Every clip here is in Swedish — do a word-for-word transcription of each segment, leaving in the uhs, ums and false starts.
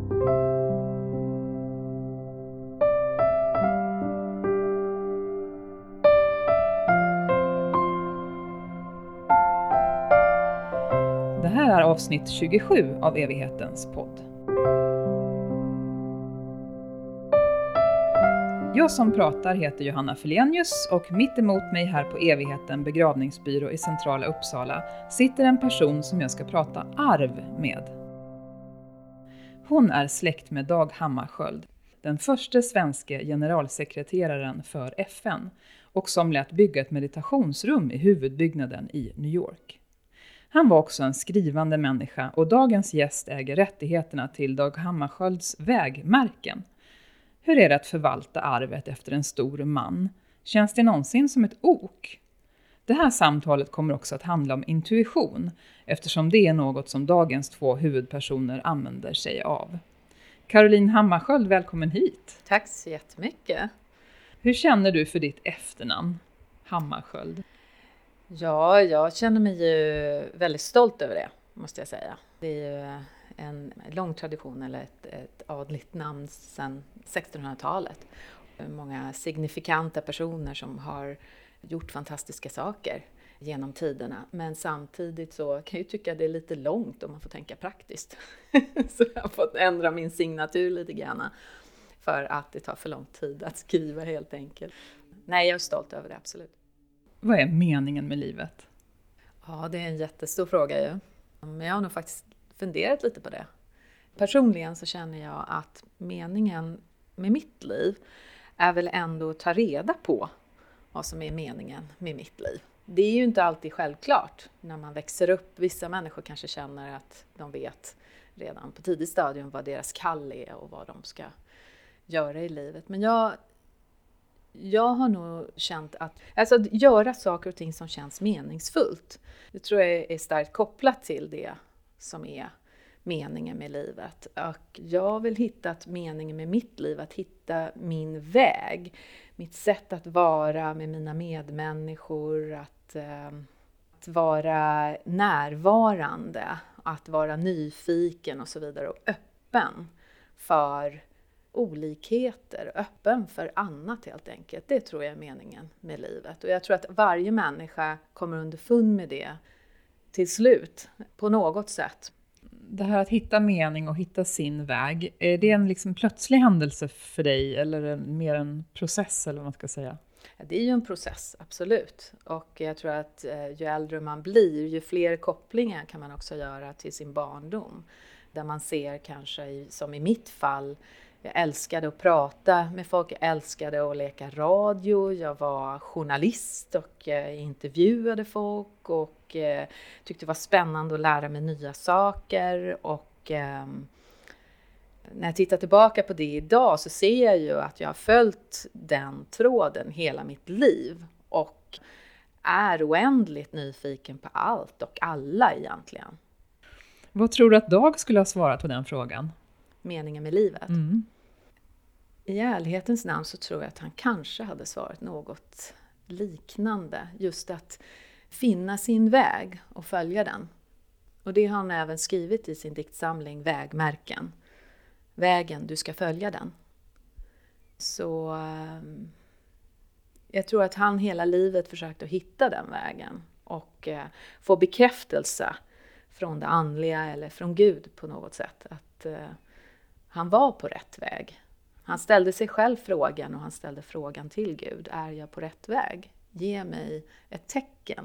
Det här är avsnitt tjugosju av Evighetens podd. Jag som pratar heter Johanna Felenius och mitt emot mig här på Evigheten begravningsbyrå i centrala Uppsala sitter en person som jag ska prata arv med. Hon är släkt med Dag Hammarskjöld, den första svenska generalsekreteraren för F N och som lät bygga ett meditationsrum i huvudbyggnaden i New York. Han var också en skrivande människa och dagens gäst äger rättigheterna till Dag Hammarskjölds vägmärken. Hur är det att förvalta arvet efter en stor man? Känns det någonsin som ett ok? Det här samtalet kommer också att handla om intuition, eftersom det är något som dagens två huvudpersoner använder sig av. Caroline Hammarskjöld, välkommen hit. Tack så jättemycket. Hur känner du för ditt efternamn, Hammarskjöld? Ja, jag känner mig ju väldigt stolt över det, måste jag säga. Det är ju en lång tradition, eller ett, ett adligt namn sedan sextonhundratalet. Många signifikanta personer som har gjort fantastiska saker genom tiderna. Men samtidigt så kan jag ju tycka att det är lite långt om man får tänka praktiskt. Så jag har fått ändra min signatur lite grann för att det tar för lång tid att skriva helt enkelt. Nej, jag är stolt över det, absolut. Vad är meningen med livet? Ja, det är en jättestor fråga ju. Men jag har nog faktiskt funderat lite på det. Personligen så känner jag att meningen med mitt liv är väl ändå att ta reda på vad som är meningen med mitt liv. Det är ju inte alltid självklart när man växer upp. Vissa människor kanske känner att de vet redan på tidigt stadium vad deras kall är och vad de ska göra i livet. Men jag, jag har nog känt att, alltså att göra saker och ting som känns meningsfullt. Det tror jag är starkt kopplat till det som är meningen med livet. Och jag har väl hittat meningen med mitt liv, att hitta min väg. Mitt sätt att vara med mina medmänniskor, att, eh, att vara närvarande, att vara nyfiken och så vidare. Och öppen för olikheter, öppen för annat helt enkelt. Det tror jag är meningen med livet. Och jag tror att varje människa kommer underfund med det till slut, på något sätt. Det här att hitta mening och hitta sin väg, är det en liksom plötslig händelse för dig eller en, mer en process eller vad man ska säga? Ja, det är ju en process, absolut. Och jag tror att eh, ju äldre man blir, ju fler kopplingar kan man också göra till sin barndom. Där man ser kanske, i, som i mitt fall, jag älskade att prata med folk, jag älskade att leka radio, jag var journalist och eh, intervjuade folk och eh, tyckte det var spännande att lära mig nya saker. Och eh, när jag tittar tillbaka på det idag så ser jag ju att jag har följt den tråden hela mitt liv och är oändligt nyfiken på allt och alla egentligen. Vad tror du att Dag skulle ha svarat på den frågan? Meningen med livet? Mm. I ärlighetens namn så tror jag att han kanske hade svarat något liknande. Just att finna sin väg och följa den. Och det har han även skrivit i sin diktsamling Vägmärken. Vägen, du ska följa den. Så um, jag tror att han hela livet försökte att hitta den vägen. Och uh, få bekräftelse från det andliga eller från Gud på något sätt. Att uh, han var på rätt väg. Han ställde sig själv frågan och han ställde frågan till Gud. Är jag på rätt väg? Ge mig ett tecken.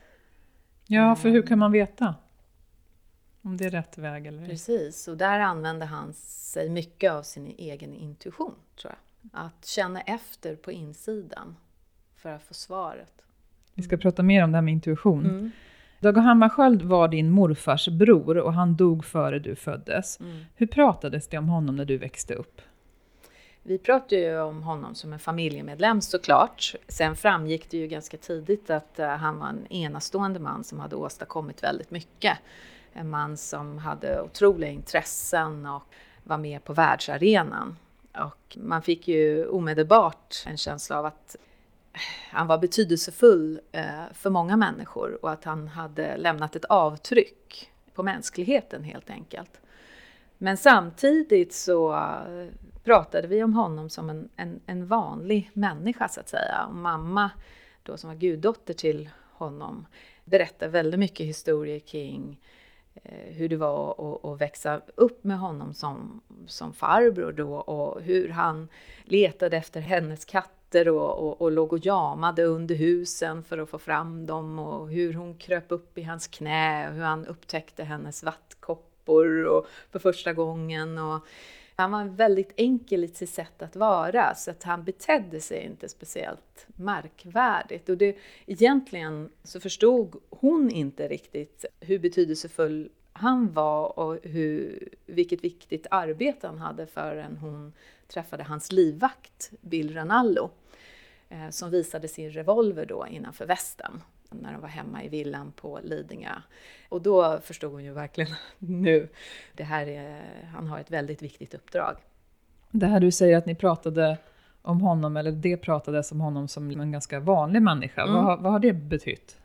Ja, för hur kan man veta om det är rätt väg eller? Precis, och där använde han sig mycket av sin egen intuition, tror jag. Att känna efter på insidan för att få svaret. Vi ska prata mer om det här med intuition. Mm. Dag Hammarskjöld var din morfars bror och han dog före du föddes. Mm. Hur pratades det om honom när du växte upp? Vi pratade ju om honom som en familjemedlem såklart. Sen framgick det ju ganska tidigt att uh, han var en enastående man som hade åstadkommit väldigt mycket. En man som hade otroliga intressen och var med på världsarenan. Och man fick ju omedelbart en känsla av att han var betydelsefull uh, för många människor. Och att han hade lämnat ett avtryck på mänskligheten helt enkelt. Men samtidigt så pratade vi om honom som en, en, en vanlig människa så att säga. Och mamma då som var guddotter till honom berättade väldigt mycket historier kring eh, hur det var att, att växa upp med honom som, som farbror då. Och hur han letade efter hennes katter och, och, och låg och jamade under husen för att få fram dem. Och hur hon kröp upp i hans knä och hur han upptäckte hennes vattkoppor och för första gången. Och han var väldigt enkel i sitt sätt att vara, så att han betedde sig inte speciellt märkvärdigt. Och det, egentligen så förstod hon inte riktigt hur betydelsefull han var och hur, vilket viktigt arbete han hade förrän hon träffade hans livvakt Bill Ranallo, eh, som visade sin revolver då innanför västen när de var hemma i villan på Lidingö. Och då förstod hon ju verkligen nu, det här är, han har ett väldigt viktigt uppdrag. Det här du säger att ni pratade om honom, eller det pratades om honom som en ganska vanlig människa. Mm. Vad, vad har det betytt?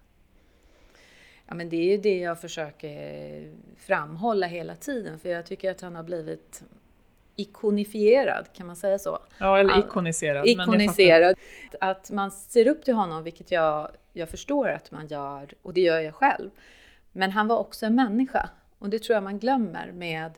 Ja, men det är ju det jag försöker framhålla hela tiden, för jag tycker att han har blivit ikonifierad, kan man säga så? Ja, eller ikoniserad. Ikoniserad. Att man ser upp till honom, vilket jag, jag förstår att man gör, och det gör jag själv. Men han var också en människa, och det tror jag man glömmer med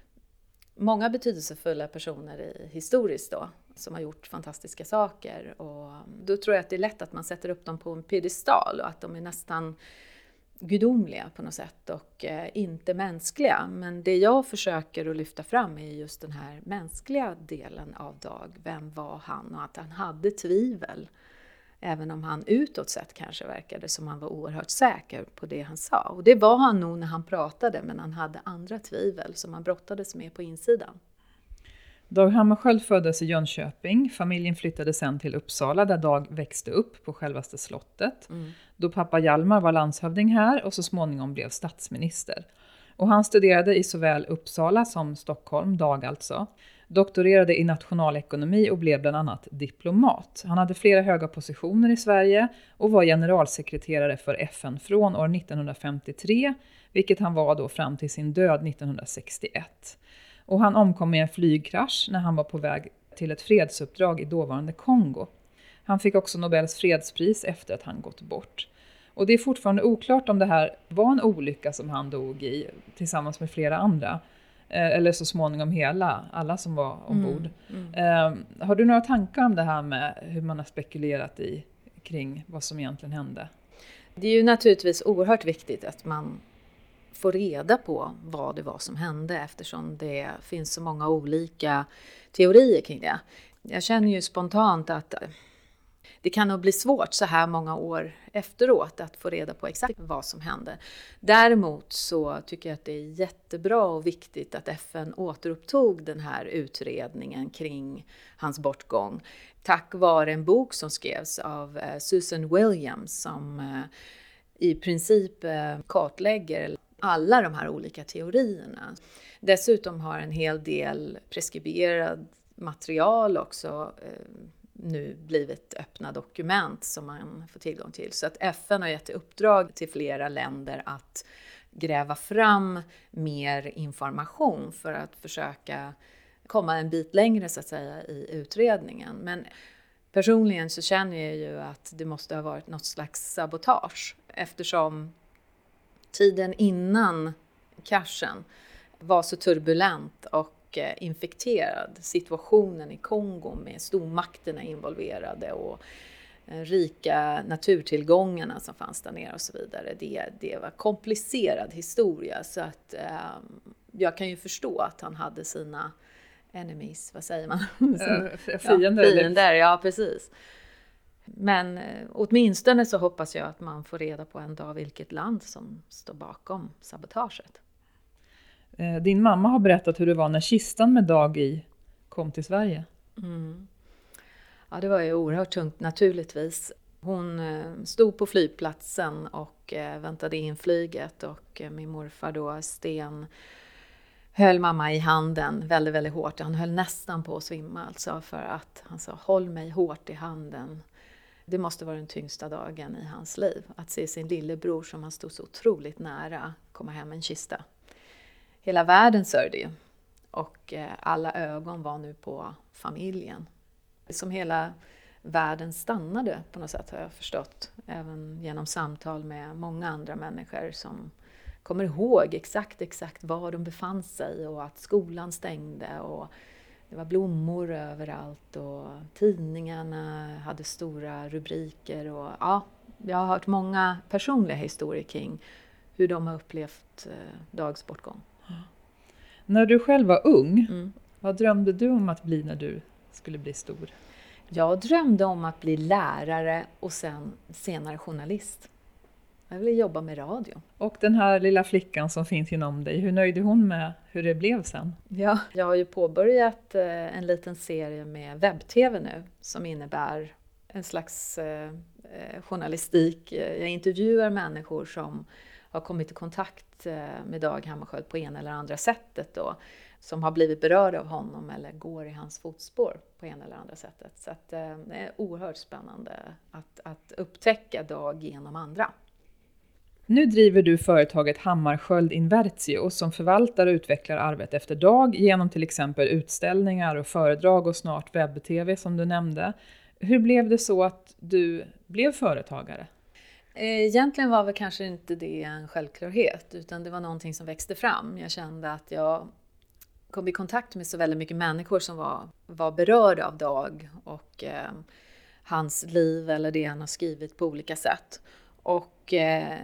många betydelsefulla personer i, historiskt då, som har gjort fantastiska saker. Och då tror jag att det är lätt att man sätter upp dem på en piedestal och att de är nästan gudomliga på något sätt och eh, inte mänskliga. Men det jag försöker att lyfta fram är just den här mänskliga delen av Dag. Vem var han? Och att han hade tvivel. Även om han utåt sett kanske verkade som han var oerhört säker på det han sa. Och det var han nog när han pratade, men han hade andra tvivel som han brottades med på insidan. Dag Hammarskjöld föddes i Jönköping. Familjen flyttade sen till Uppsala där Dag växte upp på självaste slottet. Mm. Då pappa Hjalmar var landshövding här och så småningom blev statsminister. Och han studerade i såväl Uppsala som Stockholm, Dag alltså. Doktorerade i nationalekonomi och blev bland annat diplomat. Han hade flera höga positioner i Sverige och var generalsekreterare för F N från år nittonhundrafemtiotre, vilket han var då fram till sin död nittonhundrasextioett. Och han omkom i en flygkrasch när han var på väg till ett fredsuppdrag i dåvarande Kongo. Han fick också Nobels fredspris efter att han gått bort. Och det är fortfarande oklart om det här var en olycka som han dog i tillsammans med flera andra. Eller så småningom hela, alla som var ombord. Mm, mm. Eh, har du några tankar om det här med hur man har spekulerat i kring vad som egentligen hände? Det är ju naturligtvis oerhört viktigt att man få reda på vad det var som hände, eftersom det finns så många olika teorier kring det. Jag känner ju spontant att det kan nog bli svårt så här många år efteråt att få reda på exakt vad som hände. Däremot så tycker jag att det är jättebra och viktigt att F N återupptog den här utredningen kring hans bortgång. Tack vare en bok som skrevs av Susan Williams som i princip kartlägger alla de här olika teorierna. Dessutom har en hel del preskriberad material också eh, nu blivit öppna dokument som man får tillgång till. Så att F N har gett uppdrag till flera länder att gräva fram mer information för att försöka komma en bit längre så att säga i utredningen. Men personligen så känner jag ju att det måste ha varit något slags sabotage, eftersom tiden innan kraschen var så turbulent och infekterad. Situationen i Kongo med stormakterna involverade och rika naturtillgångarna som fanns där nere och så vidare. Det, det var komplicerad historia, så att eh, jag kan ju förstå att han hade sina enemies, vad säger man? Äh, fiender. Ja, fiender, ja precis. Men eh, åtminstone så hoppas jag att man får reda på en dag vilket land som står bakom sabotaget. Eh, din mamma har berättat hur det var när kistan med Dag i kom till Sverige. Mm. Ja, det var ju oerhört tungt naturligtvis. Hon eh, stod på flygplatsen och eh, väntade in flyget, och eh, min morfar då, Sten, höll mamma i handen väldigt, väldigt hårt. Han höll nästan på att svimma alltså, för att han sa håll mig hårt i handen. Det måste vara den tyngsta dagen i hans liv. Att se sin lillebror som han stod så otroligt nära komma hem en kista. Hela världen sörjde ju. Och eh, alla ögon var nu på familjen. Som hela världen stannade på något sätt, har jag förstått. Även genom samtal med många andra människor som kommer ihåg exakt exakt var de befann sig och att skolan stängde och det var blommor överallt och tidningarna hade stora rubriker. Och, ja, jag har hört många personliga historier kring hur de har upplevt eh, Dags bortgång. Ja. När du själv var ung, Mm. vad drömde du om att bli när du skulle bli stor? Jag drömde om att bli lärare och sen senare journalist. Jag ville jobba med radio. Och den här lilla flickan som finns inom dig, hur nöjd är hon med hur det blev sen? Ja, jag har ju påbörjat eh, en liten serie med webb-tv nu som innebär en slags eh, journalistik. Jag intervjuar människor som har kommit i kontakt eh, med Dag Hammarskjöld på ena eller andra sättet då, som har blivit berörda av honom eller går i hans fotspår på ena eller andra sättet. Så att, eh, det är oerhört spännande att, att upptäcka Dag genom andra. Nu driver du företaget Hammarskjöld Invertio som förvaltar och utvecklar arvet efter Dag genom till exempel utställningar och föredrag och snart webb-tv som du nämnde. Hur blev det så att du blev företagare? Egentligen var väl kanske inte det en självklarhet utan det var någonting som växte fram. Jag kände att jag kom i kontakt med så väldigt mycket människor som var, var berörda av Dag och eh, hans liv eller det han har skrivit på olika sätt. Och eh,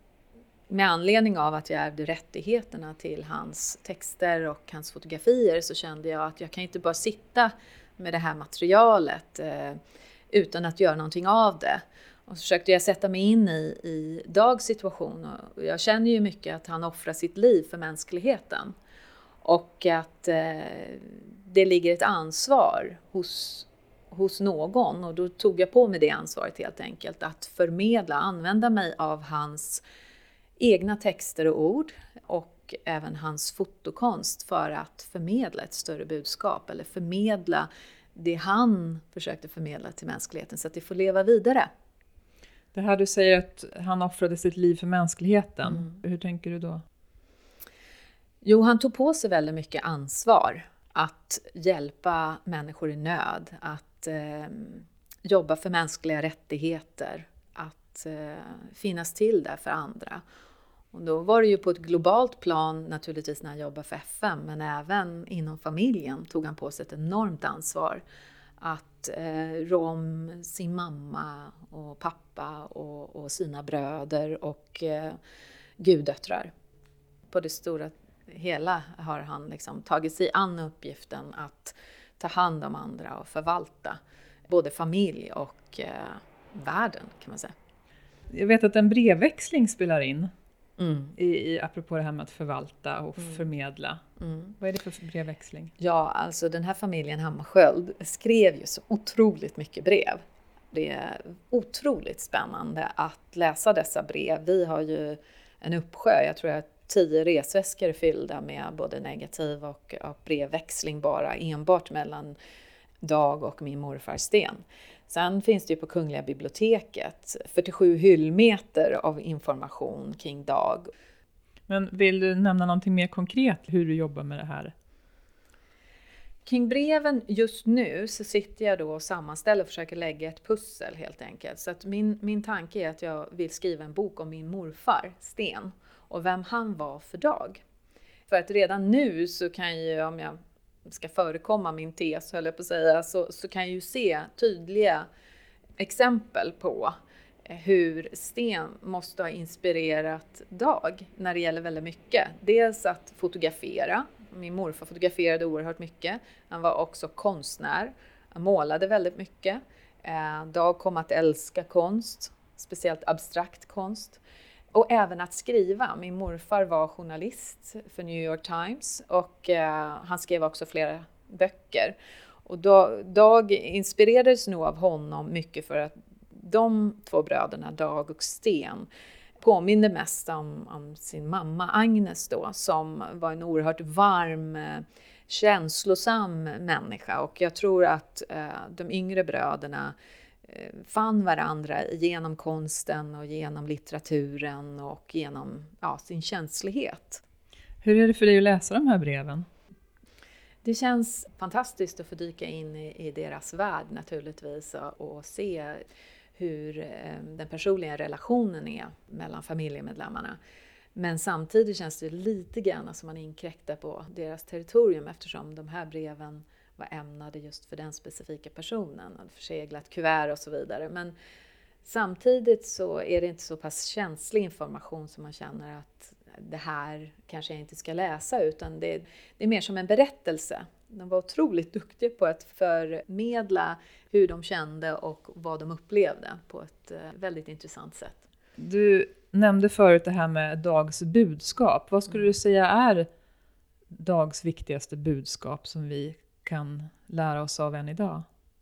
med anledning av att jag ärvde rättigheterna till hans texter och hans fotografier så kände jag att jag kan inte bara sitta med det här materialet eh, utan att göra någonting av det. Och så försökte jag sätta mig in i, i Dags situation och jag känner ju mycket att han offrar sitt liv för mänskligheten. Och att eh, det ligger ett ansvar hos, hos någon och då tog jag på mig det ansvaret helt enkelt. Att förmedla, använda mig av hans egna texter och ord och även hans fotokonst för att förmedla ett större budskap. Eller förmedla det han försökte förmedla till mänskligheten så att det får leva vidare. Det här du säger att han offrade sitt liv för mänskligheten, Mm. hur tänker du då? Jo, han tog på sig väldigt mycket ansvar att hjälpa människor i nöd, att eh, jobba för mänskliga rättigheter, att eh, finnas till där för andra. Och då var det ju på ett globalt plan naturligtvis när han jobbade för F N, men även inom familjen tog han på sig ett enormt ansvar att eh, rå om sin mamma och pappa och, och sina bröder och eh, gudöttrar. På det stora hela har han liksom tagit sig an uppgiften att ta hand om andra och förvalta både familj och eh, världen kan man säga. Jag vet att en brevväxling spelar in Mm. i, i, apropå det här med att förvalta och Mm. förmedla. Mm. Vad är det för brevväxling? Ja, alltså den här familjen Hammarskjöld skrev ju så otroligt mycket brev. Det är otroligt spännande att läsa dessa brev. Vi har ju en uppsjö, jag tror jag tio resväskor fyllda med både negativ och, och brevväxling bara enbart mellan Dag och min morfar Sten. Sen finns det ju på Kungliga biblioteket fyrtiosju hyllmeter av information kring Dag. Men vill du nämna någonting mer konkret hur du jobbar med det här? Kring breven just nu så sitter jag då och sammanställer och försöker lägga ett pussel helt enkelt. Så att min, min tanke är att jag vill skriva en bok om min morfar Sten och vem han var för Dag. För att redan nu så kan ju, om jag ska förekomma min tes höll jag på att säga, så, så kan jag ju se tydliga exempel på hur Sten måste ha inspirerat Dag när det gäller väldigt mycket. Dels att fotografera. Min morfar fotograferade oerhört mycket. Han var också konstnär. Han målade väldigt mycket. Dag kom att älska konst, speciellt abstrakt konst. Och även att skriva. Min morfar var journalist för New York Times och eh, han skrev också flera böcker. Och då, Dag inspirerades nog av honom mycket för att de två bröderna, Dag och Sten, påminner mest om, om sin mamma Agnes då, som var en oerhört varm, eh, känslosam människa. Och jag tror att eh, de yngre bröderna fann varandra genom konsten och genom litteraturen och genom ja, sin känslighet. Hur är det för dig att läsa de här breven? Det känns fantastiskt att få dyka in i, i deras värld naturligtvis och, och se hur eh, den personliga relationen är mellan familjemedlemmarna. Men samtidigt känns det lite grann som man inkräktar på deras territorium eftersom de här breven var ämnade just för den specifika personen. Förseglat kuvert och så vidare. Men samtidigt så är det inte så pass känslig information som man känner att det här kanske jag inte ska läsa, utan det, det är mer som en berättelse. De var otroligt duktiga på att förmedla hur de kände och vad de upplevde på ett väldigt intressant sätt. Du nämnde förut det här med Dags budskap. Vad skulle du säga är Dags viktigaste budskap som vi kan lära oss av än idag?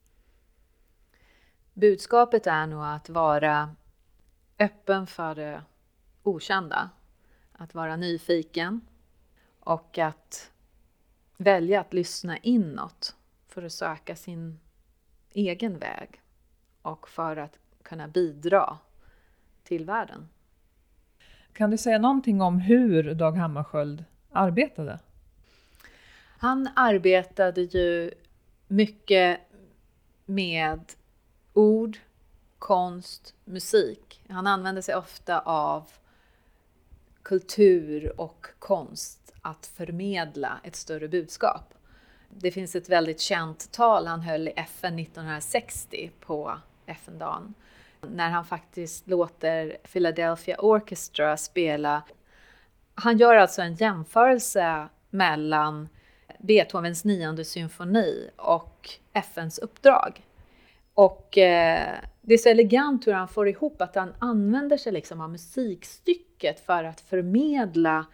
Budskapet är nog att vara öppen för det okända. Att vara nyfiken och att välja att lyssna inåt för att söka sin egen väg och för att kunna bidra till världen. Kan du säga någonting om hur Dag Hammarskjöld arbetade? Han arbetade ju mycket med ord, konst, musik. Han använde sig ofta av kultur och konst att förmedla ett större budskap. Det finns ett väldigt känt tal han höll i F N nittonhundrasextio på F N-dagen. När han faktiskt låter Philadelphia Orchestra spela. Han gör alltså en jämförelse mellan Beethovens nionde symfoni och F N:s uppdrag. Och eh, det är så elegant hur han får ihop att han använder sig liksom av musikstycket för att förmedla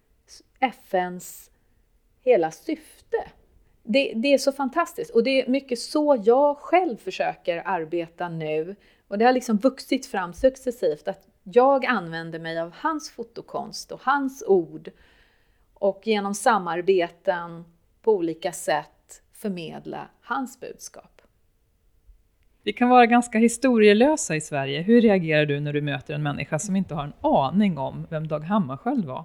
F N:s hela syfte. Det, det är så fantastiskt och det är mycket så jag själv försöker arbeta nu. Och det har liksom vuxit fram successivt att jag använder mig av hans fotokonst och hans ord. Och genom samarbeten på olika sätt förmedla hans budskap. Vi kan vara ganska historielösa i Sverige. Hur reagerar du när du möter en människa som inte har en aning om vem Dag Hammarskjöld var?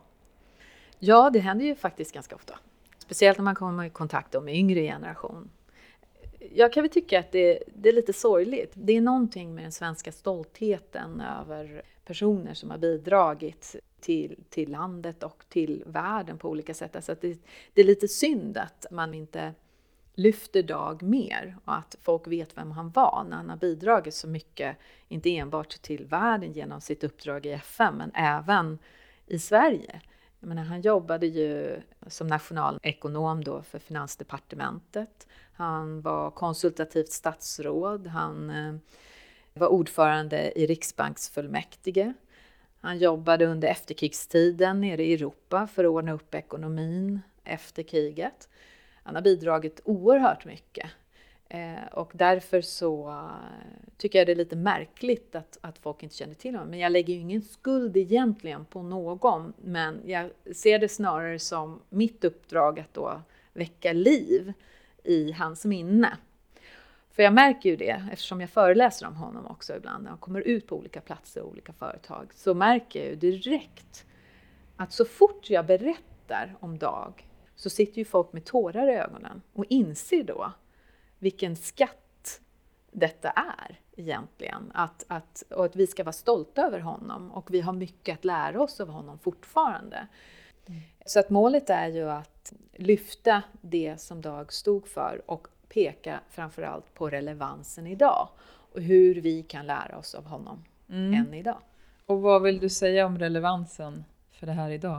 Ja, det händer ju faktiskt ganska ofta. Speciellt när man kommer i kontakt med yngre generation. Jag kan väl tycka att det, det är lite sorgligt. Det är någonting med den svenska stoltheten över personer som har bidragit till, till landet och till världen på olika sätt. Alltså att det, det är lite synd att man inte lyfter Dag mer och att folk vet vem han var när han har bidragit så mycket, inte enbart till världen genom sitt uppdrag i F N men även i Sverige. Jag menar, han jobbade ju som nationalekonom då för Finansdepartementet. Han var konsultativt statsråd. Han eh, var ordförande i Riksbanksfullmäktige. Han jobbade under efterkrigstiden nere i Europa för att ordna upp ekonomin efter kriget. Han har bidragit oerhört mycket. Eh, och därför så uh, tycker jag det är lite märkligt att, att folk inte känner till honom. Men jag lägger ju ingen skuld egentligen på någon. Men jag ser det snarare som mitt uppdrag att då väcka liv i hans minne. För jag märker ju det, eftersom jag föreläser om honom också ibland. När han kommer ut på olika platser och olika företag. Så märker jag ju direkt att så fort jag berättar om Dag så sitter ju folk med tårar i ögonen. Och inser då vilken skatt detta är egentligen. Att, att, och att vi ska vara stolta över honom. Och vi har mycket att lära oss av honom fortfarande. Mm. Så att målet är ju att lyfta det som Dag stod för. Och peka framförallt på relevansen idag. Och hur vi kan lära oss av honom mm. än idag. Och vad vill du säga om relevansen för det här idag?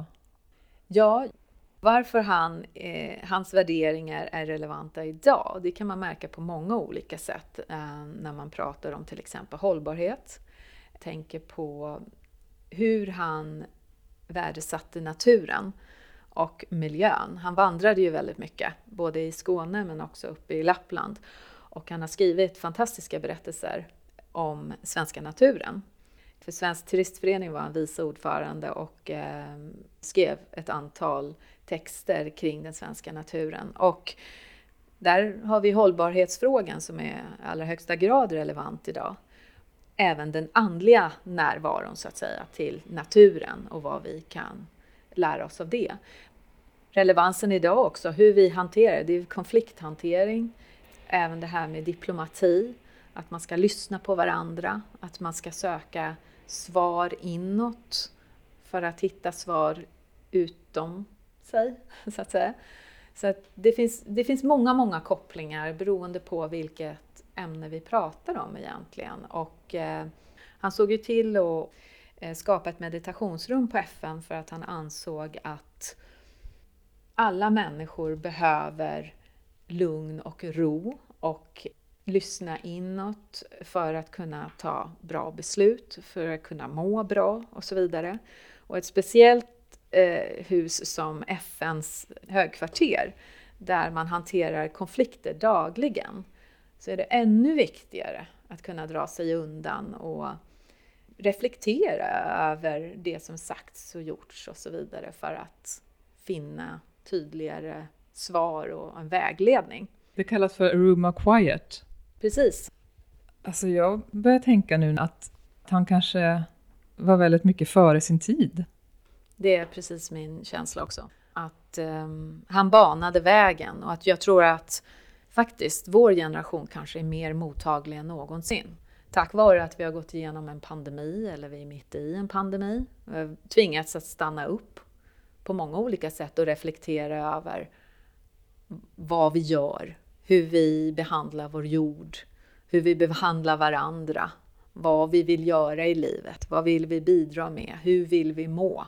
Ja, varför han, eh, hans värderingar är relevanta idag, det kan man märka på många olika sätt eh, när man pratar om till exempel hållbarhet. Jag tänker på hur han värdesatte naturen och miljön. Han vandrade ju väldigt mycket, både i Skåne men också uppe i Lappland. Och han har skrivit fantastiska berättelser om svenska naturen. För Svensk turistförening var han vice ordförande och eh, skrev ett antal texter kring den svenska naturen. Och där har vi hållbarhetsfrågan som är i allra högsta grad relevant idag. Även den andliga närvaron så att säga till naturen och vad vi kan lära oss av det. relevansen idag också, hur vi hanterar det är konflikthantering, även det här med diplomati, att man ska lyssna på varandra, att man ska söka svar inåt för att hitta svar utom sig, så att säga. Så att det finns, det finns många, många kopplingar beroende på vilket ämne vi pratar om egentligen. Och eh, han såg ju till att eh, skapa ett meditationsrum på F N för att han ansåg att alla människor behöver lugn och ro och lyssna inåt för att kunna ta bra beslut, för att kunna må bra och så vidare. Och ett speciellt eh, hus som F N:s högkvarter, där man hanterar konflikter dagligen, så är det ännu viktigare att kunna dra sig undan och reflektera över det som sagts och gjorts och så vidare för att finna tydligare svar och en vägledning. Det kallas för a room of quiet. Precis. Alltså jag börjar tänka nu att han kanske var väldigt mycket före sin tid. Det är precis min känsla också. Att um, han banade vägen och att jag tror att faktiskt vår generation kanske är mer mottaglig än någonsin. Tack vare att vi har gått igenom en pandemi, eller vi är mitt i en pandemi. Vi har tvingats att stanna upp på många olika sätt och reflektera över vad vi gör, hur vi behandlar vår jord, hur vi behandlar varandra, vad vi vill göra i livet, vad vill vi bidra med, hur vill vi må.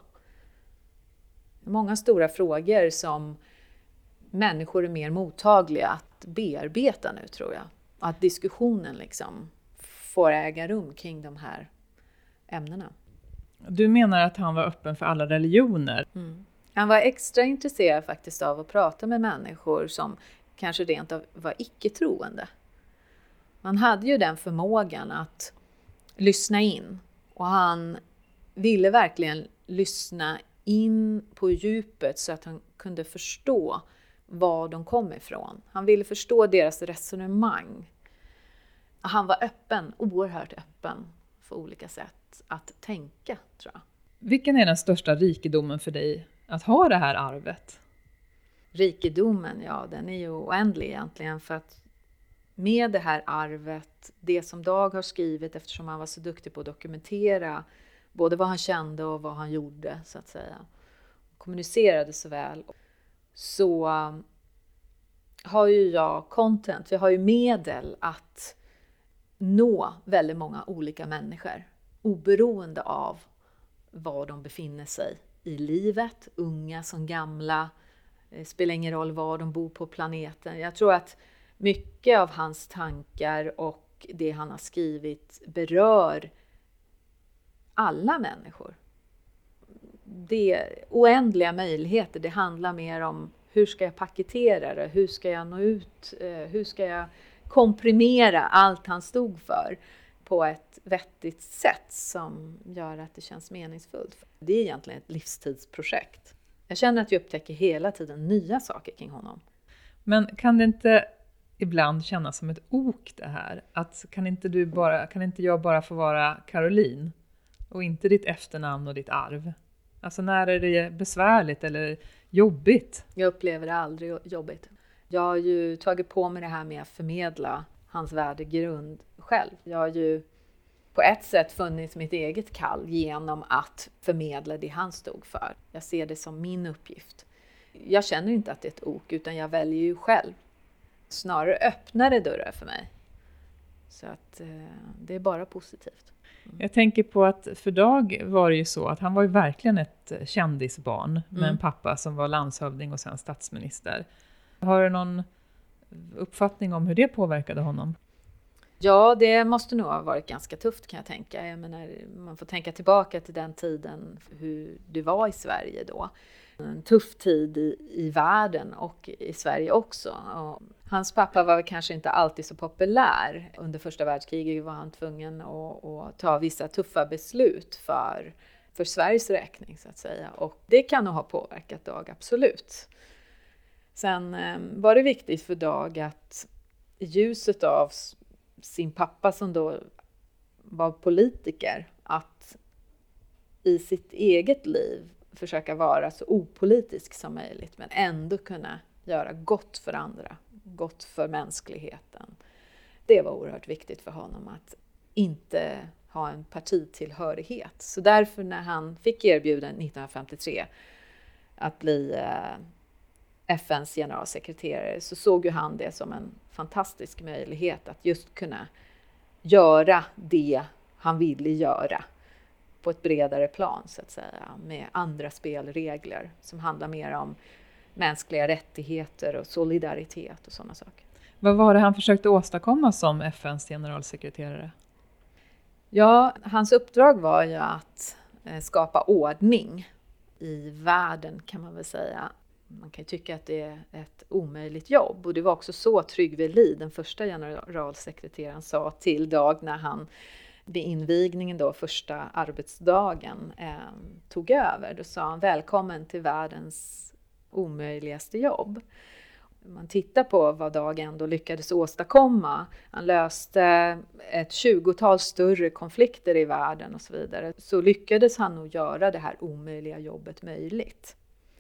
Många stora frågor som människor är mer mottagliga att bearbeta nu, tror jag. Att diskussionen liksom får äga rum kring de här ämnena. Du menar att han var öppen för alla religioner? Mm. Han var extra intresserad faktiskt av att prata med människor som kanske rent av var icke-troende. Man hade ju den förmågan att lyssna in. Och han ville verkligen lyssna in på djupet så att han kunde förstå var de kom ifrån. Han ville förstå deras resonemang. Han var öppen, oerhört öppen för olika sätt att tänka, tror jag. Vilken är den största rikedomen för dig att ha det här arvet? Rikedomen, ja, den är ju oändlig egentligen, för att med det här arvet, det som Dag har skrivit, eftersom han var så duktig på att dokumentera både vad han kände och vad han gjorde, så att säga, kommunicerade så väl, så har ju jag content, jag har ju medel att nå väldigt många olika människor, oberoende av var de befinner sig i livet, unga som gamla, det spelar ingen roll var de bor på planeten. Jag tror att mycket av hans tankar och det han har skrivit berör alla människor. Det är oändliga möjligheter. Det handlar mer om hur ska jag paketera det, hur ska jag nå ut, hur ska jag komprimera allt han stod för på ett vettigt sätt som gör att det känns meningsfullt. Det är egentligen ett livstidsprojekt. Jag känner att jag upptäcker hela tiden nya saker kring honom. Men kan det inte ibland kännas som ett ok det här? Att kan inte, du bara, kan inte jag bara få vara Caroline och inte ditt efternamn och ditt arv? Alltså när är det besvärligt eller jobbigt? Jag upplever det aldrig jobbigt. Jag har ju tagit på mig det här med att förmedla hans värdegrund själv. Jag har ju på ett sätt funnit mitt eget kall genom att förmedla det han stod för. Jag ser det som min uppgift. Jag känner inte att det är ett ok, utan jag väljer ju själv. Snarare öppnare dörrar för mig. Så att eh, det är bara positivt. Mm. Jag tänker på att för Dag var det ju så att han var ju verkligen ett kändisbarn med Mm. en pappa som var landshövding och sen statsminister. Har du någon uppfattning om hur det påverkade honom? Ja, det måste nog ha varit ganska tufft, kan jag tänka. Jag menar, man får tänka tillbaka till den tiden, hur det var i Sverige då. En tuff tid i, i världen och i Sverige också. Och hans pappa var kanske inte alltid så populär. Under första världskriget var han tvungen att, att ta vissa tuffa beslut för, för Sveriges räkning, så att säga. Och det kan nog ha påverkat Dag, absolut. Sen eh, var det viktigt för Dag att i ljuset av sin pappa som då var politiker, att i sitt eget liv försöka vara så opolitisk som möjligt, men ändå kunna göra gott för andra, gott för mänskligheten. Det var oerhört viktigt för honom att inte ha en partitillhörighet. Så därför när han fick erbjuden nittonhundrafemtiotre att bli F N:s generalsekreterare, så såg ju han det som en fantastisk möjlighet att just kunna göra det han ville göra på ett bredare plan, så att säga, med andra spelregler som handlar mer om mänskliga rättigheter och solidaritet och sådana saker. Vad var det han försökte åstadkomma som F N:s generalsekreterare? Ja, hans uppdrag var ju att skapa ordning i världen, kan man väl säga. Man kan ju tycka att det är ett omöjligt jobb, och det var också så Trygve Lie, den första generalsekreteraren, sa till Dag när han vid invigningen då, första arbetsdagen, eh, tog över. Då sa han: välkommen till världens omöjligaste jobb. Man tittar på vad Dag ändå lyckades åstadkomma. Han löste ett tjugotal större konflikter i världen och så vidare. Så lyckades han nog göra det här omöjliga jobbet möjligt.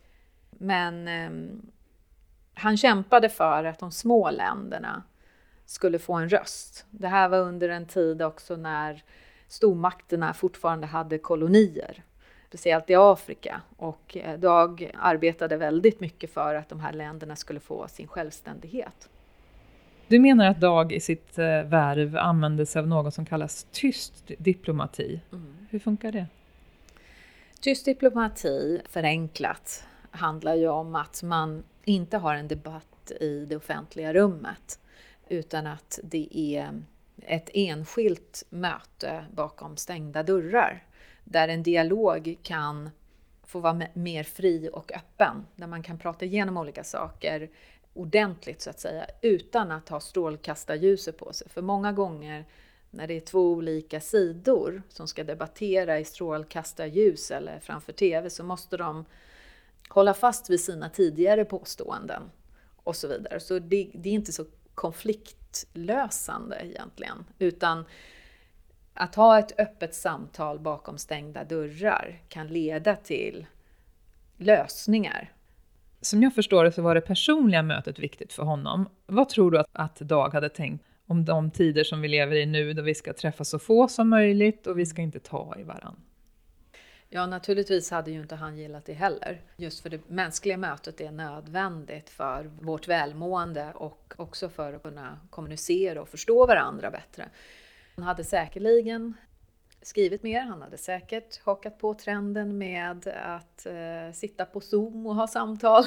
Men eh, han kämpade för att de små länderna skulle få en röst. Det här var under en tid också när stormakterna fortfarande hade kolonier, speciellt i Afrika. Och Dag arbetade väldigt mycket för att de här länderna skulle få sin självständighet. Du menar att Dag i sitt värv använde sig av något som kallas tyst diplomati. Mm. Hur funkar det? Tyst diplomati, förenklat, handlar ju om att man inte har en debatt i det offentliga rummet, utan att det är ett enskilt möte bakom stängda dörrar, där en dialog kan få vara mer fri och öppen, där man kan prata igenom olika saker ordentligt, så att säga, utan att ha strålkastarljuset på sig. För många gånger när det är två olika sidor som ska debattera i strålkastarljus eller framför tv, så måste de hålla fast vid sina tidigare påståenden och så vidare. Så det, det är inte så konfliktlösande egentligen, utan att ha ett öppet samtal bakom stängda dörrar kan leda till lösningar. Som jag förstår det så var det personliga mötet viktigt för honom. Vad tror du att, att Dag hade tänkt om de tider som vi lever i nu, då vi ska träffa så få som möjligt och vi ska inte ta i varann? Ja, naturligtvis hade ju inte han gillat det heller. Just för det mänskliga mötet är nödvändigt för vårt välmående och också för att kunna kommunicera och förstå varandra bättre. Han hade säkerligen skrivit mer, han hade säkert hakat på trenden med att eh, sitta på Zoom och ha samtal.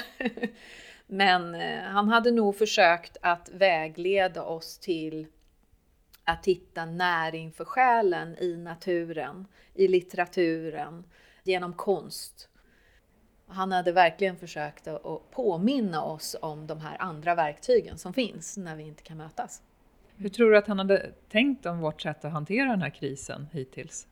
Men eh, han hade nog försökt att vägleda oss till att hitta näring för själen i naturen, i litteraturen, genom konst. Han hade verkligen försökt att påminna oss om de här andra verktygen som finns när vi inte kan mötas. Hur tror du att han hade tänkt om vårt sätt att hantera den här krisen hittills?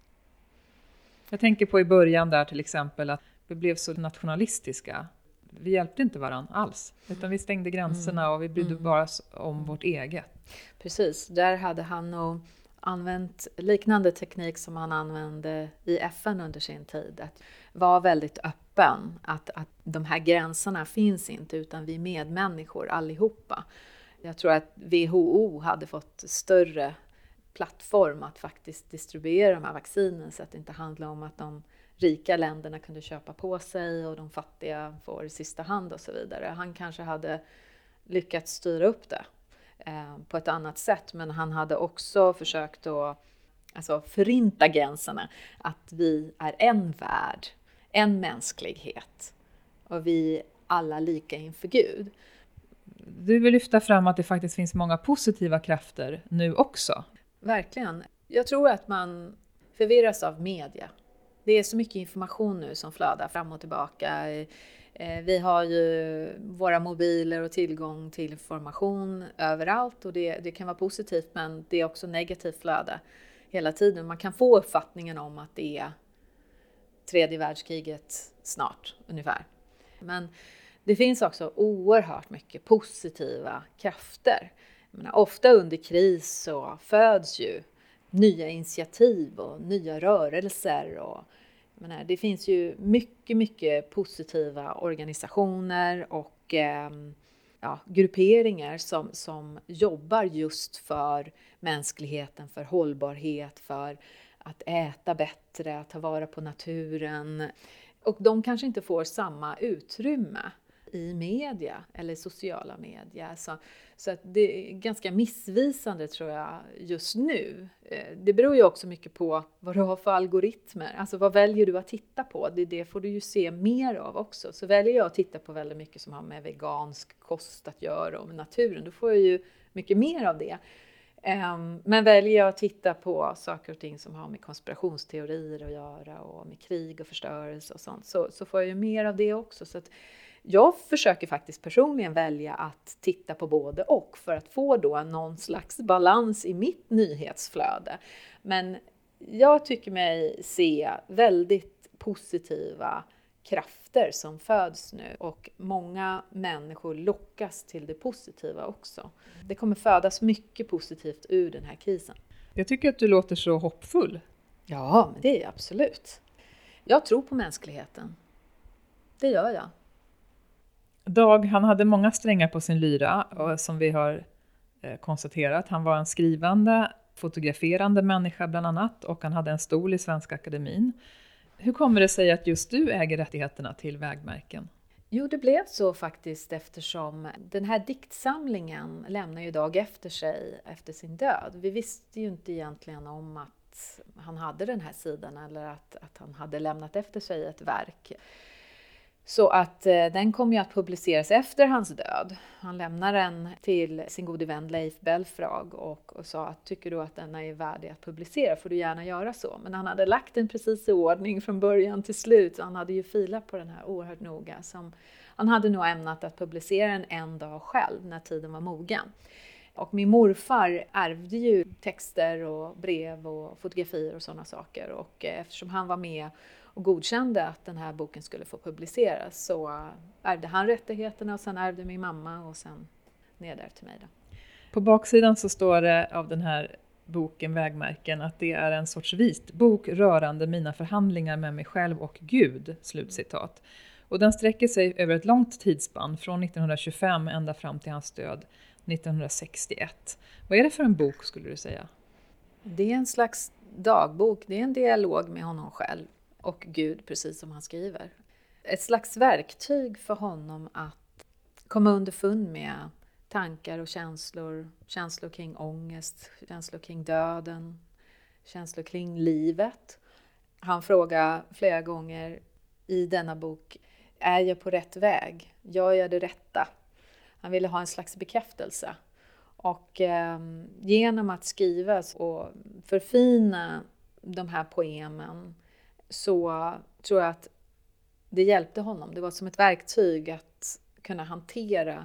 Jag tänker på i början där till exempel att vi blev så nationalistiska. Vi hjälpte inte varandra alls, utan vi stängde gränserna mm. och vi brydde mm. bara om vårt eget. Precis, där hade han nog använt liknande teknik som han använde i F N under sin tid. Att vara väldigt öppen, att, att de här gränserna finns inte, utan vi är medmänniskor allihopa. Jag tror att W H O hade fått större plattform att faktiskt distribuera de här vaccinen, så att det inte handlar om att de rika länderna kunde köpa på sig och de fattiga får i sista hand och så vidare. Han kanske hade lyckats styra upp det eh, på ett annat sätt, men han hade också försökt att alltså, förinta gränserna. Att vi är en värld, en mänsklighet och vi alla lika inför Gud. Du vill lyfta fram att det faktiskt finns många positiva krafter nu också. Verkligen. Jag tror att man förvirras av media. Det är så mycket information nu som flödar fram och tillbaka. Vi har ju våra mobiler och tillgång till information överallt, och det, det kan vara positivt, men det är också negativt flöde hela tiden. Man kan få uppfattningen om att det är tredje världskriget snart ungefär. Men det finns också oerhört mycket positiva krafter. Jag menar, ofta under kris så föds ju nya initiativ och nya rörelser och Men det finns ju mycket, mycket positiva organisationer och eh, ja, grupperingar som, som jobbar just för mänskligheten, för hållbarhet, för att äta bättre, att ta vara på naturen. Och de kanske inte får samma utrymme i media eller sociala medier. Så, så att det är ganska missvisande tror jag just nu. Det beror ju också mycket på vad du har för algoritmer. Alltså vad väljer du att titta på? Det, det får du ju se mer av också. Så väljer jag att titta på väldigt mycket som har med vegansk kost att göra och med naturen. Då får jag ju mycket mer av det. Men väljer jag att titta på saker och ting som har med konspirationsteorier att göra och med krig och förstörelse och sånt så, så får jag ju mer av det också. Så att jag försöker faktiskt personligen välja att titta på både och för att få då någon slags balans i mitt nyhetsflöde. Men jag tycker mig se väldigt positiva krafter som föds nu och många människor lockas till det positiva också. Det kommer födas mycket positivt ur den här krisen. Jag tycker att du låter så hoppfull. Ja, men det är jag absolut. Jag tror på mänskligheten. Det gör jag. Dag, han hade många strängar på sin lyra och som vi har konstaterat. Han var en skrivande, fotograferande människa bland annat och han hade en stol i Svenska Akademin. Hur kommer det sig att just du äger rättigheterna till vägmärken? Jo, det blev så faktiskt eftersom den här diktsamlingen lämnar ju Dag efter sig efter sin död. Vi visste ju inte egentligen om att han hade den här sidan eller att, att han hade lämnat efter sig ett verk. Så att eh, den kom ju att publiceras efter hans död. Han lämnar den till sin gode vän Leif Belfrage och, och sa att tycker du att den är värdig att publicera får du gärna göra så. Men han hade lagt den precis i ordning från början till slut. Så han hade ju filat på den här oerhört noga. Som, han hade nog ämnat att publicera den en dag själv när tiden var mogen. Och min morfar ärvde ju texter och brev och fotografier och sådana saker. Och eh, eftersom han var med och godkände att den här boken skulle få publiceras så ärvde han rättigheterna och sen ärvde min mamma och sen nedärvde till mig då. På baksidan så står det av den här boken Vägmärken att det är en sorts vitbok rörande mina förhandlingar med mig själv och Gud, slutcitat. Och den sträcker sig över ett långt tidsspann från nittonhundratjugofem ända fram till hans död nittonhundrasextioett. Vad är det för en bok skulle du säga? Det är en slags dagbok, det är en dialog med honom själv. Och Gud, precis som han skriver. Ett slags verktyg för honom att komma underfund med tankar och känslor. Känslor kring ångest, känslor kring döden, känslor kring livet. Han frågar flera gånger i denna bok, är jag på rätt väg? Gör jag det rätta? Han ville ha en slags bekräftelse. Och eh, genom att skriva och förfina de här poemen så tror jag att det hjälpte honom. Det var som ett verktyg att kunna hantera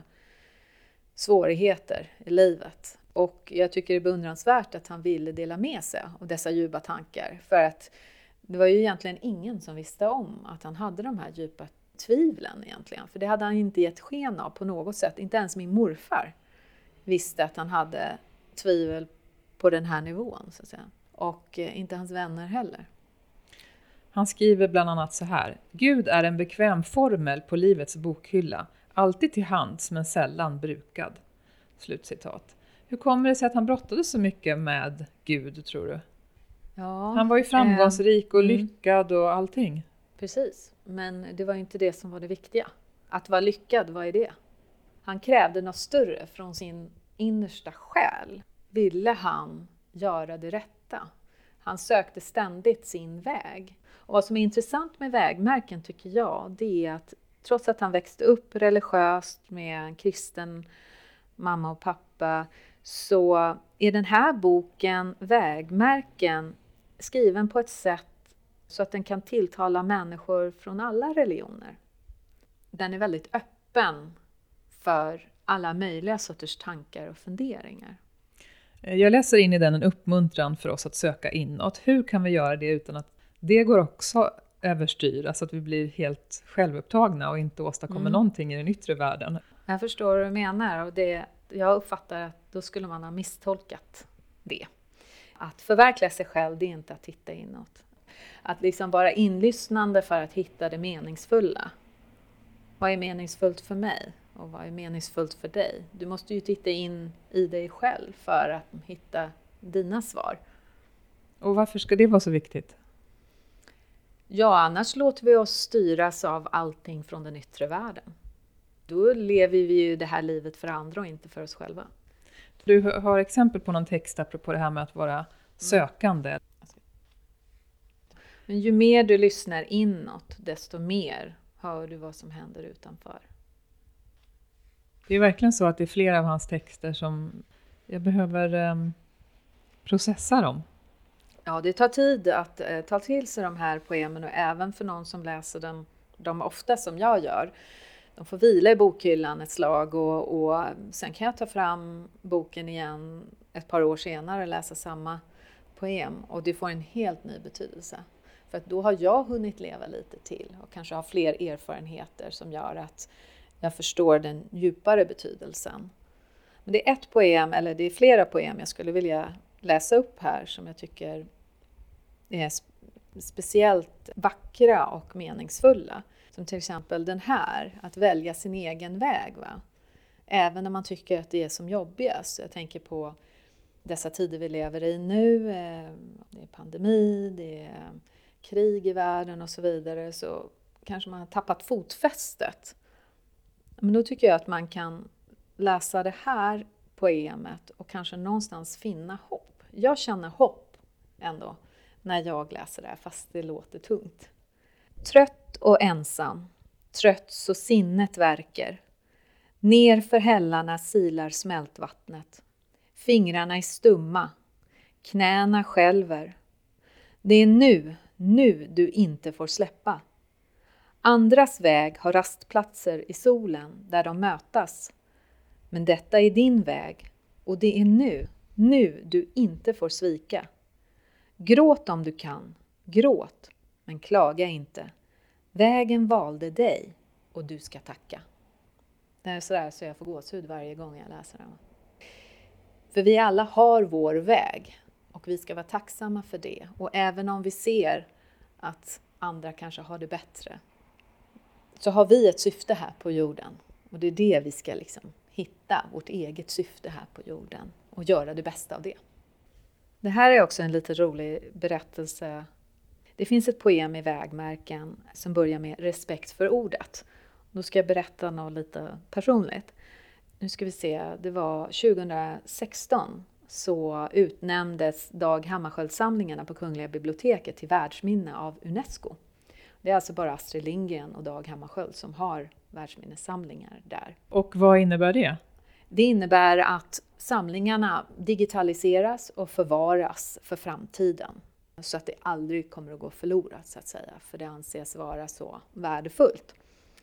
svårigheter i livet. Och jag tycker det är beundransvärt att han ville dela med sig av dessa djupa tankar. För att det var ju egentligen ingen som visste om att han hade de här djupa tvivlen egentligen. För det hade han inte gett sken av på något sätt. Inte ens min morfar visste att han hade tvivel på den här nivån så att säga. Och inte hans vänner heller. Han skriver bland annat så här. Gud är en bekväm formel på livets bokhylla. Alltid till hands men sällan brukad. Slutcitat. Hur kommer det sig att han brottades så mycket med Gud tror du? Ja, han var ju framgångsrik och mm. lyckad och allting. Precis, men det var inte det som var det viktiga. Att vara lyckad, vad är det? Han krävde något större från sin innersta själ. Ville han göra det rätta? Han sökte ständigt sin väg. Och vad som är intressant med vägmärken tycker jag, det är att trots att han växte upp religiöst med en kristen mamma och pappa, så är den här boken Vägmärken skriven på ett sätt så att den kan tilltala människor från alla religioner. Den är väldigt öppen för alla möjliga sorters tankar och funderingar. Jag läser in i den en uppmuntran för oss att söka inåt. Hur kan vi göra det utan att det går också överstyr, alltså att vi blir helt självupptagna och inte åstadkommer mm. någonting i den yttre världen? Jag förstår vad du menar och det, jag uppfattar att då skulle man ha misstolkat det. Att förverkliga sig själv, det är inte att titta inåt. Att liksom vara inlyssnande för att hitta det meningsfulla. Vad är meningsfullt för mig? Och vad är meningsfullt för dig? Du måste ju titta in i dig själv för att hitta dina svar. Och varför ska det vara så viktigt? Ja, annars låter vi oss styras av allting från den yttre världen. Då lever vi ju det här livet för andra och inte för oss själva. Du har exempel på någon text apropå det här med att vara sökande. Men ju mer du lyssnar inåt, desto mer hör du vad som händer utanför. Det är verkligen så att det är flera av hans texter som jag behöver um, processa dem. Ja, det tar tid att eh, ta till sig de här poemen och även för någon som läser dem, de ofta som jag gör. De får vila i bokhyllan ett slag och, och sen kan jag ta fram boken igen ett par år senare och läsa samma poem. Och det får en helt ny betydelse. För att då har jag hunnit leva lite till och kanske har fler erfarenheter som gör att jag förstår den djupare betydelsen. Men det är ett poem, eller det är flera poem jag skulle vilja läsa upp här som jag tycker är speciellt vackra och meningsfulla. Som till exempel den här, att välja sin egen väg. Va? Även när man tycker att det är som jobbigast. Jag tänker på dessa tider vi lever i nu. Det är pandemi, det är krig i världen och så vidare. Så kanske man har tappat fotfästet. Men då tycker jag att man kan läsa det här poemet och kanske någonstans finna hopp. Jag känner hopp ändå när jag läser det här, fast det låter tungt. Trött och ensam, trött så sinnet verkar. Ner för hällarna silar smältvattnet. Fingrarna är stumma, knäna skälver. Det är nu, nu du inte får släppa. Andras väg har rastplatser i solen där de mötas. Men detta är din väg och det är nu, nu du inte får svika. Gråt om du kan, gråt, men klaga inte. Vägen valde dig och du ska tacka. Det är sådär så jag får gåshud varje gång jag läser den. För vi alla har vår väg och vi ska vara tacksamma för det. Och även om vi ser att andra kanske har det bättre, så har vi ett syfte här på jorden. Och det är det vi ska liksom hitta, vårt eget syfte här på jorden. Och göra det bästa av det. Det här är också en lite rolig berättelse. Det finns ett poem i Vägmärken som börjar med respekt för ordet. Då ska jag berätta något lite personligt. Nu ska vi se, det var tjugohundrasexton så utnämndes Dag Hammarskjöld-samlingarna på Kungliga biblioteket till världsminne av UNESCO. Det är alltså bara Astrid Lindgren och Dag Hammarskjöld som har världsminnessamlingar där. Och vad innebär det? Det innebär att samlingarna digitaliseras och förvaras för framtiden. Så att det aldrig kommer att gå förlorat så att säga. För det anses vara så värdefullt.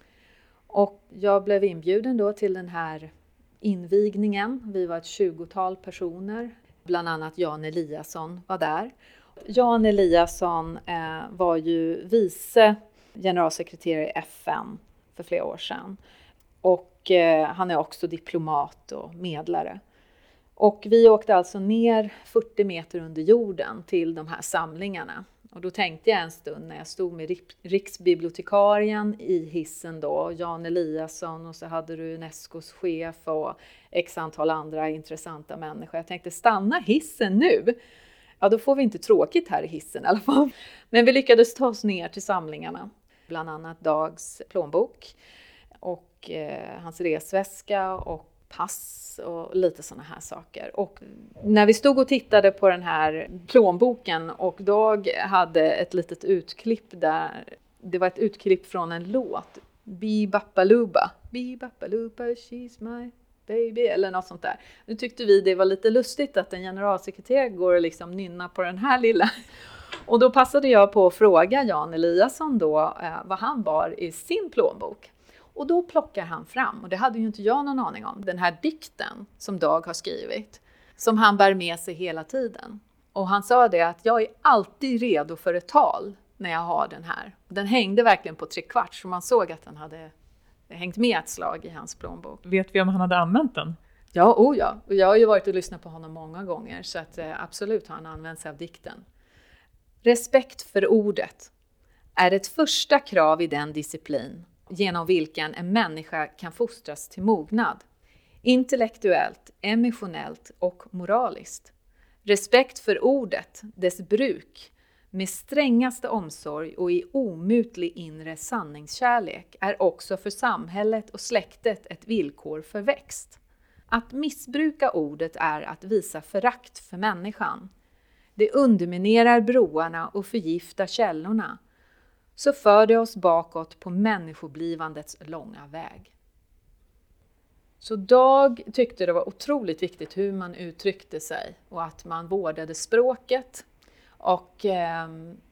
Och jag blev inbjuden då till den här invigningen. Vi var ett tjugotal personer. Bland annat Jan Eliasson var där. Jan Eliasson eh, var ju vice generalsekreterare i F N för flera år sedan. Och eh, han är också diplomat och medlare. Och vi åkte alltså ner fyrtio meter under jorden till de här samlingarna. Och då tänkte jag en stund när jag stod med riksbibliotekarien i hissen då, Jan Eliasson, och så hade du Unescos chef och x antal andra intressanta människor. Jag tänkte, stanna hissen nu. Ja, då får vi inte tråkigt här i hissen i alla fall. Men vi lyckades ta oss ner till samlingarna. Bland annat Dags plånbok och eh, hans resväska och pass och lite sådana här saker. Och när vi stod och tittade på den här plånboken och Dag hade ett litet utklipp där. Det var ett utklipp från en låt. Bi Bappaluba. Bi Bappaluba, she's my baby. Eller något sånt där. Nu tyckte vi det var lite lustigt att en generalsekreterare går och liksom nynna på den här lilla. Och då passade jag på att fråga Jan Eliasson då eh, vad han bar i sin plånbok. Och då plockar han fram, och det hade ju inte jag någon aning om, den här dikten som Dag har skrivit. Som han bär med sig hela tiden. Och han sa det att jag är alltid redo för ett tal när jag har den här. Den hängde verkligen på tre kvart så man såg att den hade hängt med ett slag i hans plånbok. Vet vi om han hade använt den? Ja, oh ja. Och jag har ju varit och lyssnat på honom många gånger så att eh, absolut har han använt sig av dikten. Respekt för ordet är ett första krav i den disciplin genom vilken en människa kan fostras till mognad. Intellektuellt, emotionellt och moraliskt. Respekt för ordet, dess bruk, med strängaste omsorg och i omutlig inre sanningskärlek är också för samhället och släktet ett villkor för växt. Att missbruka ordet är att visa förakt för människan. Det underminerar broarna och förgiftar källorna. Så för det oss bakåt på människoblivandets långa väg. Så Dag tyckte det var otroligt viktigt hur man uttryckte sig och att man vårdade språket. Och eh,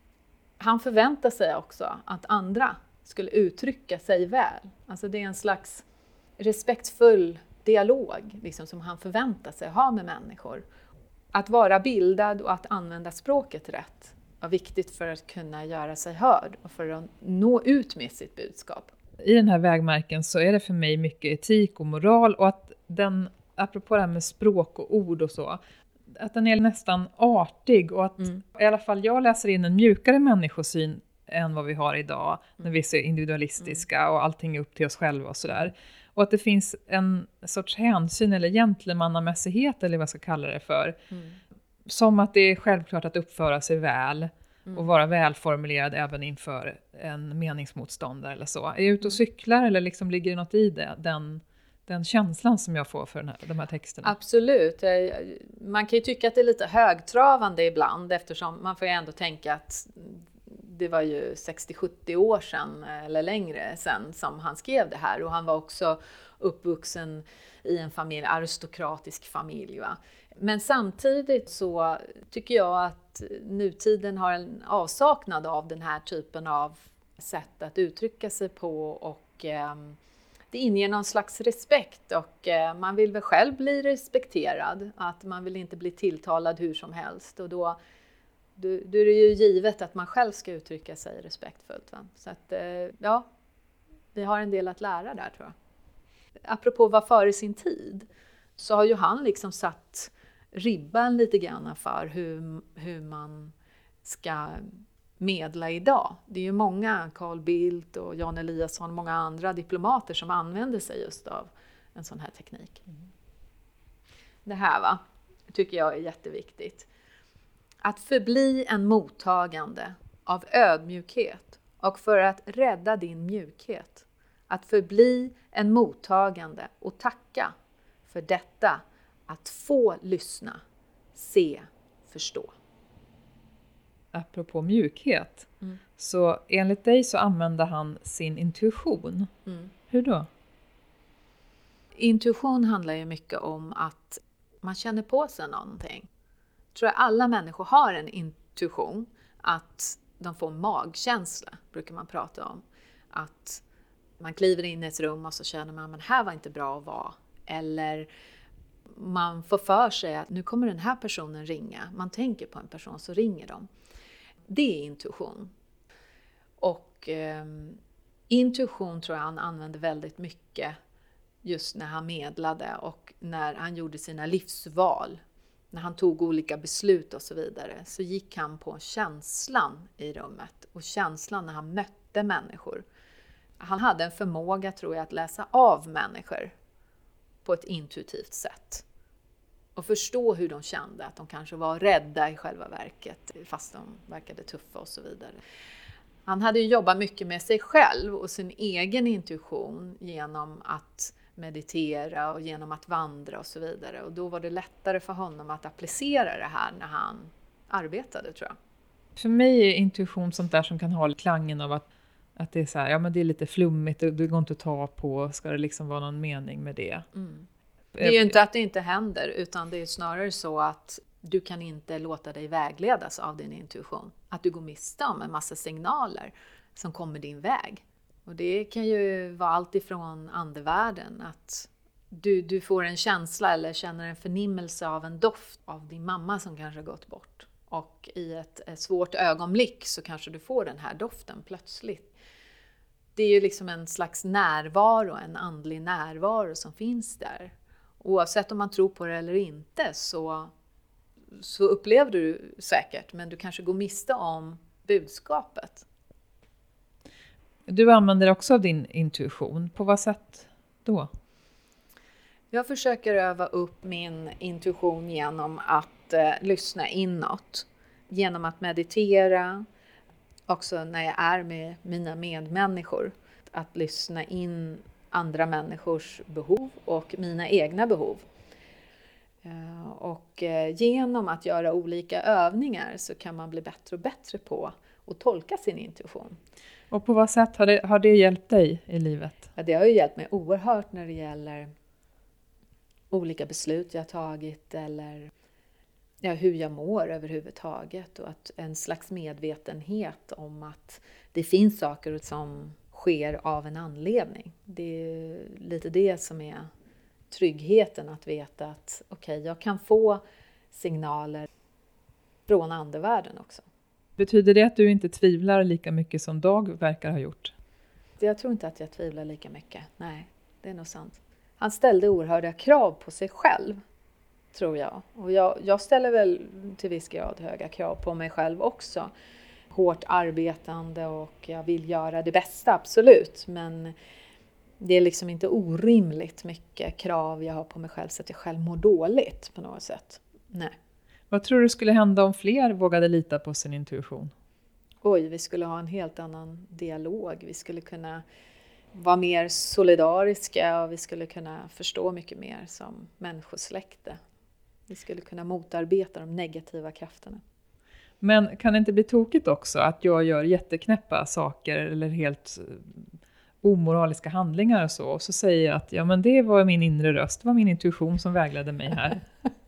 han förväntade sig också att andra skulle uttrycka sig väl. Alltså det är en slags respektfull dialog liksom, som han förväntar sig ha med människor. Att vara bildad och att använda språket rätt var viktigt för att kunna göra sig hörd och för att nå ut med sitt budskap. I den här vägmärken så är det för mig mycket etik och moral, och att den, apropå det här med språk och ord och så, att den är nästan artig, och att mm. i alla fall jag läser in en mjukare människosyn än vad vi har idag, mm. när vi är så individualistiska mm. och allting är upp till oss själva och sådär. Och att det finns en sorts hänsyn eller gentlemannamässighet eller vad jag ska kalla det för. Mm. Som att det är självklart att uppföra sig väl mm. och vara välformulerad även inför en meningsmotståndare eller så. Är jag ute och cyklar eller liksom ligger det något i det? Den, den känslan som jag får för den här, de här texterna. Absolut. Man kan ju tycka att det är lite högtravande ibland, eftersom man får ju ändå tänka att det var ju sextio sjuttio år sedan eller längre sedan som han skrev det här. Och han var också uppvuxen i en familj, aristokratisk familj. Va? Men samtidigt så tycker jag att nutiden har en avsaknad av den här typen av sätt att uttrycka sig på. Och eh, det inger någon slags respekt, och eh, man vill väl själv bli respekterad. Att man vill inte bli tilltalad hur som helst. Och då... Då, då är det ju givet att man själv ska uttrycka sig respektfullt. Va? Så att, ja, vi har en del att lära där, tror jag. Apropå att vara före sin tid, så har ju han liksom satt ribban lite grann för hur, hur man ska medla idag. Det är ju många, Carl Bildt och Jan Eliasson och många andra diplomater som använder sig just av en sån här teknik. Mm. Det här va, tycker jag är jätteviktigt. Att förbli en mottagande av ödmjukhet och för att rädda din mjukhet. Att förbli en mottagande och tacka för detta. Att få lyssna, se, förstå. Apropå mjukhet. Mm. Så enligt dig så använder han sin intuition. Mm. Hur då? Intuition handlar ju mycket om att man känner på sig någonting. Jag tror att alla människor har en intuition, att de får magkänsla, brukar man prata om. Att man kliver in i ett rum och så känner man att här var inte bra att vara. Eller man får för sig att nu kommer den här personen ringa. Man tänker på en person så ringer de. Det är intuition. Och eh, intuition tror jag han använde väldigt mycket just när han medlade och när han gjorde sina livsval. När han tog olika beslut och så vidare, så gick han på känslan i rummet. Och känslan när han mötte människor. Han hade en förmåga, tror jag, att läsa av människor på ett intuitivt sätt. Och förstå hur de kände, att de kanske var rädda i själva verket, fast de verkade tuffa och så vidare. Han hade ju jobbat mycket med sig själv och sin egen intuition genom att meditera och genom att vandra och så vidare. Och då var det lättare för honom att applicera det här när han arbetade, tror jag. För mig är intuition sånt där som kan ha klangen av att, att det är så här, ja men det är lite flummigt, det går inte att ta på, ska det liksom vara någon mening med det? Mm. Det är ju inte att det inte händer, utan det är snarare så att du kan inte låta dig vägledas av din intuition. Att du går miste om en massa signaler som kommer din väg. Och det kan ju vara allt ifrån andevärlden, att du, du får en känsla eller känner en förnimmelse av en doft av din mamma som kanske har gått bort. Och i ett, ett svårt ögonblick så kanske du får den här doften plötsligt. Det är ju liksom en slags närvaro, en andlig närvaro som finns där. Oavsett om man tror på det eller inte så, så upplever du säkert, men du kanske går miste om budskapet. Du använder också av din intuition. På vad sätt då? Jag försöker öva upp min intuition genom att eh, lyssna inåt. Genom att meditera. Också när jag är med mina medmänniskor. Att lyssna in andra människors behov och mina egna behov. Eh, och eh, genom att göra olika övningar så kan man bli bättre och bättre på att tolka sin intuition. Och på vad sätt har det, har det hjälpt dig i livet? Ja, det har ju hjälpt mig oerhört när det gäller olika beslut jag har tagit eller ja, hur jag mår överhuvudtaget. Och att en slags medvetenhet om att det finns saker som sker av en anledning. Det är lite det som är tryggheten, att veta att okej, okay, jag kan få signaler från andevärlden också. Betyder det att du inte tvivlar lika mycket som Dag verkar ha gjort? Jag tror inte att jag tvivlar lika mycket. Nej, det är nog sant. Han ställde oerhörda krav på sig själv, tror jag. Och jag, jag ställer väl till viss grad höga krav på mig själv också. Hårt arbetande och jag vill göra det bästa, absolut. Men det är liksom inte orimligt mycket krav jag har på mig själv så att jag själv mår dåligt på något sätt. Nej. Vad tror du skulle hända om fler vågade lita på sin intuition? Oj, vi skulle ha en helt annan dialog. Vi skulle kunna vara mer solidariska och vi skulle kunna förstå mycket mer som människosläkte. Vi skulle kunna motarbeta de negativa krafterna. Men kan det inte bli tokigt också att jag gör jätteknäppa saker eller helt omoraliska handlingar och så. Och så säger jag att ja, men det var min inre röst, det var min intuition som vägledde mig här.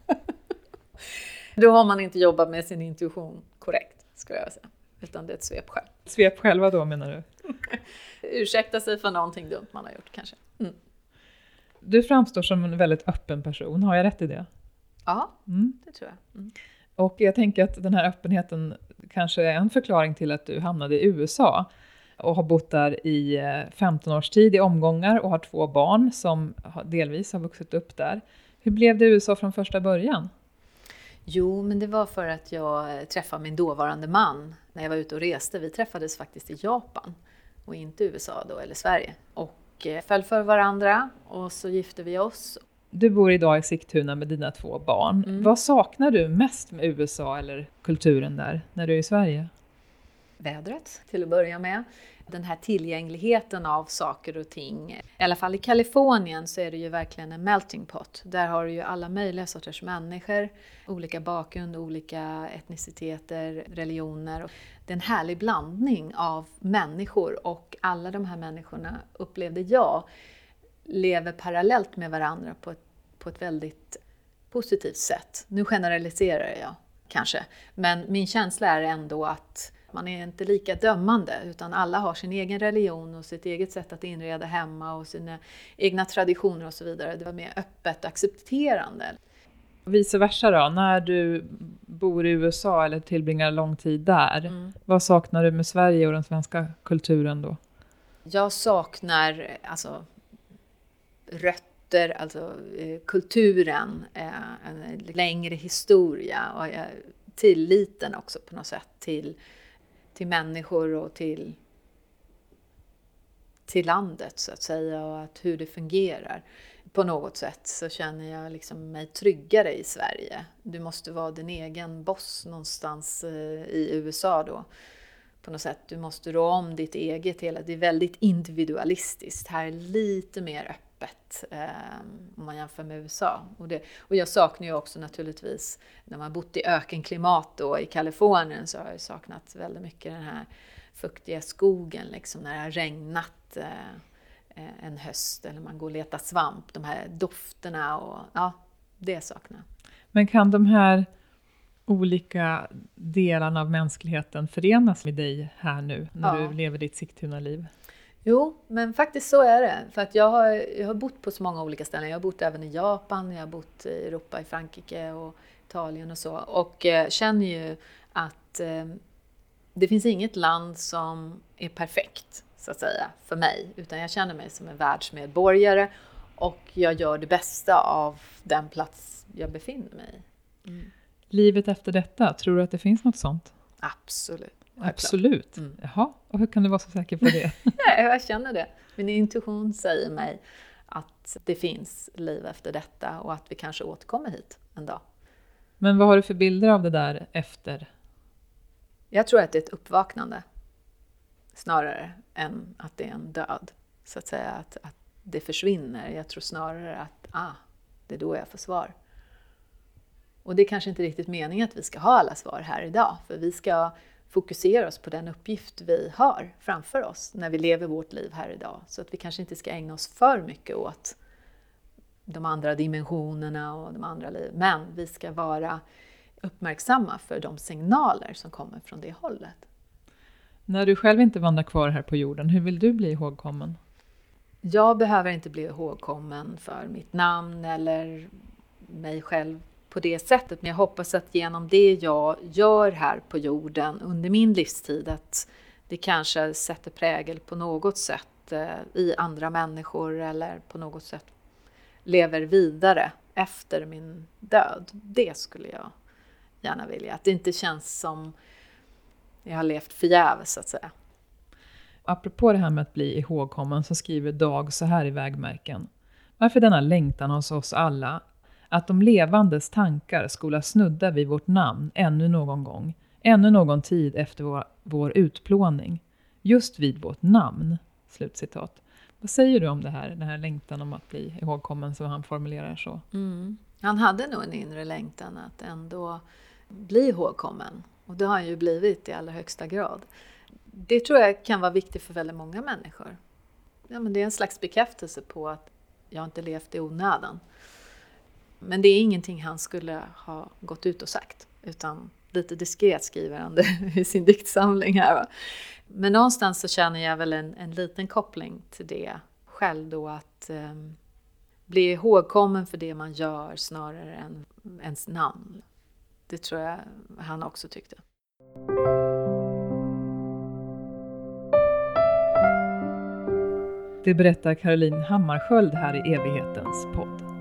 Då har man inte jobbat med sin intuition korrekt, skulle jag säga. Utan det är ett svep själv. Svep själva då, menar du? Ursäkta sig för någonting dumt man har gjort kanske. Mm. Du framstår som en väldigt öppen person, har jag rätt i det? Ja, mm. det tror jag. Mm. Och jag tänker att den här öppenheten kanske är en förklaring till att du hamnade i U S A. Och har bott där i femton års tid i omgångar och har två barn som delvis har vuxit upp där. Hur blev det i U S A från första början? Jo, men det var för att jag träffade min dåvarande man när jag var ute och reste. Vi träffades faktiskt i Japan och inte i U S A då, eller Sverige. Och föll för varandra och så gifte vi oss. Du bor idag i Sigtuna med dina två barn. Mm. Vad saknar du mest med U S A eller kulturen där när du är i Sverige? Vädret till att börja med. Den här tillgängligheten av saker och ting. I alla fall i Kalifornien så är det ju verkligen en melting pot. Där har du ju alla möjliga sorters människor. Olika bakgrund, olika etniciteter, religioner. Det är en härlig blandning av människor. Och alla de här människorna, upplevde jag, lever parallellt med varandra på ett, på ett väldigt positivt sätt. Nu generaliserar jag kanske. Men min känsla är ändå att man är inte lika dömande, utan alla har sin egen religion och sitt eget sätt att inreda hemma och sina egna traditioner och så vidare. Det var mer öppet och accepterande. Vice versa då, när du bor i U S A eller tillbringar lång tid där, mm. vad saknar du med Sverige och den svenska kulturen då? Jag saknar alltså rötter, alltså eh, kulturen, eh, en längre historia och eh, tilliten också på något sätt till till människor och till, till landet så att säga och att hur det fungerar. På något sätt så känner jag liksom mig tryggare i Sverige. Du måste vara din egen boss någonstans i U S A då. På något sätt, du måste rå om ditt eget hela. Det är väldigt individualistiskt. Här är lite mer öppet eh, om man jämför med U S A. Och, det, och jag saknar ju också naturligtvis, när man bott i ökenklimat då i Kalifornien så har jag saknat väldigt mycket den här fuktiga skogen liksom när det har regnat eh, en höst eller man går och letar svamp. De här dofterna och ja, det saknar. Men kan de här olika delarna av mänskligheten förenas med dig här nu när ja. du lever ditt Sigtuna-liv? Jo, men faktiskt så är det. För att jag har, jag har bott på så många olika ställen. Jag har bott även i Japan, jag har bott i Europa, i Frankrike och Italien och så. Och eh, känner ju att eh, det finns inget land som är perfekt så att säga för mig. Utan jag känner mig som en världsmedborgare och jag gör det bästa av den plats jag befinner mig i. Mm. Livet efter detta, tror du att det finns något sånt? Absolut. Absolut. Mm. Jaha, och hur kan du vara så säker på det? Nej, jag känner det. Min intuition säger mig att det finns liv efter detta och att vi kanske återkommer hit en dag. Men vad har du för bilder av det där efter? Jag tror att det är ett uppvaknande snarare än att det är en död. Så att säga att, att det försvinner. Jag tror snarare att ah, det är då jag får svar. Och det är kanske inte riktigt meningen att vi ska ha alla svar här idag. För vi ska fokusera oss på den uppgift vi har framför oss när vi lever vårt liv här idag. Så att vi kanske inte ska ägna oss för mycket åt de andra dimensionerna och de andra liv. Men vi ska vara uppmärksamma för de signaler som kommer från det hållet. När du själv inte vandrar kvar här på jorden, hur vill du bli ihågkommen? Jag behöver inte bli ihågkommen för mitt namn eller mig själv på det sättet. Men jag hoppas att genom det jag gör här på jorden under min livstid, att det kanske sätter prägel på något sätt i andra människor eller på något sätt lever vidare efter min död. Det skulle jag gärna vilja. Att det inte känns som jag har levt förgäves, så att säga. Apropå det här med att bli ihågkommen så skriver Dag så här i Vägmärken. Varför denna längtan hos oss alla att de levandes tankar skola snudda vid vårt namn ännu någon gång, ännu någon tid efter vår, vår utplåning, just vid vårt namn. Slutcitat. Vad säger du om det här, den här längtan om att bli ihågkommen som han formulerar så? Mm. Han hade nog en inre längtan att ändå bli ihågkommen. Och det har han ju blivit i allra högsta grad. Det tror jag kan vara viktigt för väldigt många människor. Ja, men det är en slags bekräftelse på att jag inte levt i onödan. Men det är ingenting han skulle ha gått ut och sagt. Utan lite diskret skriver han det i sin diktsamling här. Va? Men någonstans så känner jag väl en, en liten koppling till det själv då. Att eh, bli ihågkommen för det man gör snarare än ens namn. Det tror jag han också tyckte. Det berättar Caroline Hammarskjöld här i Evighetens podd.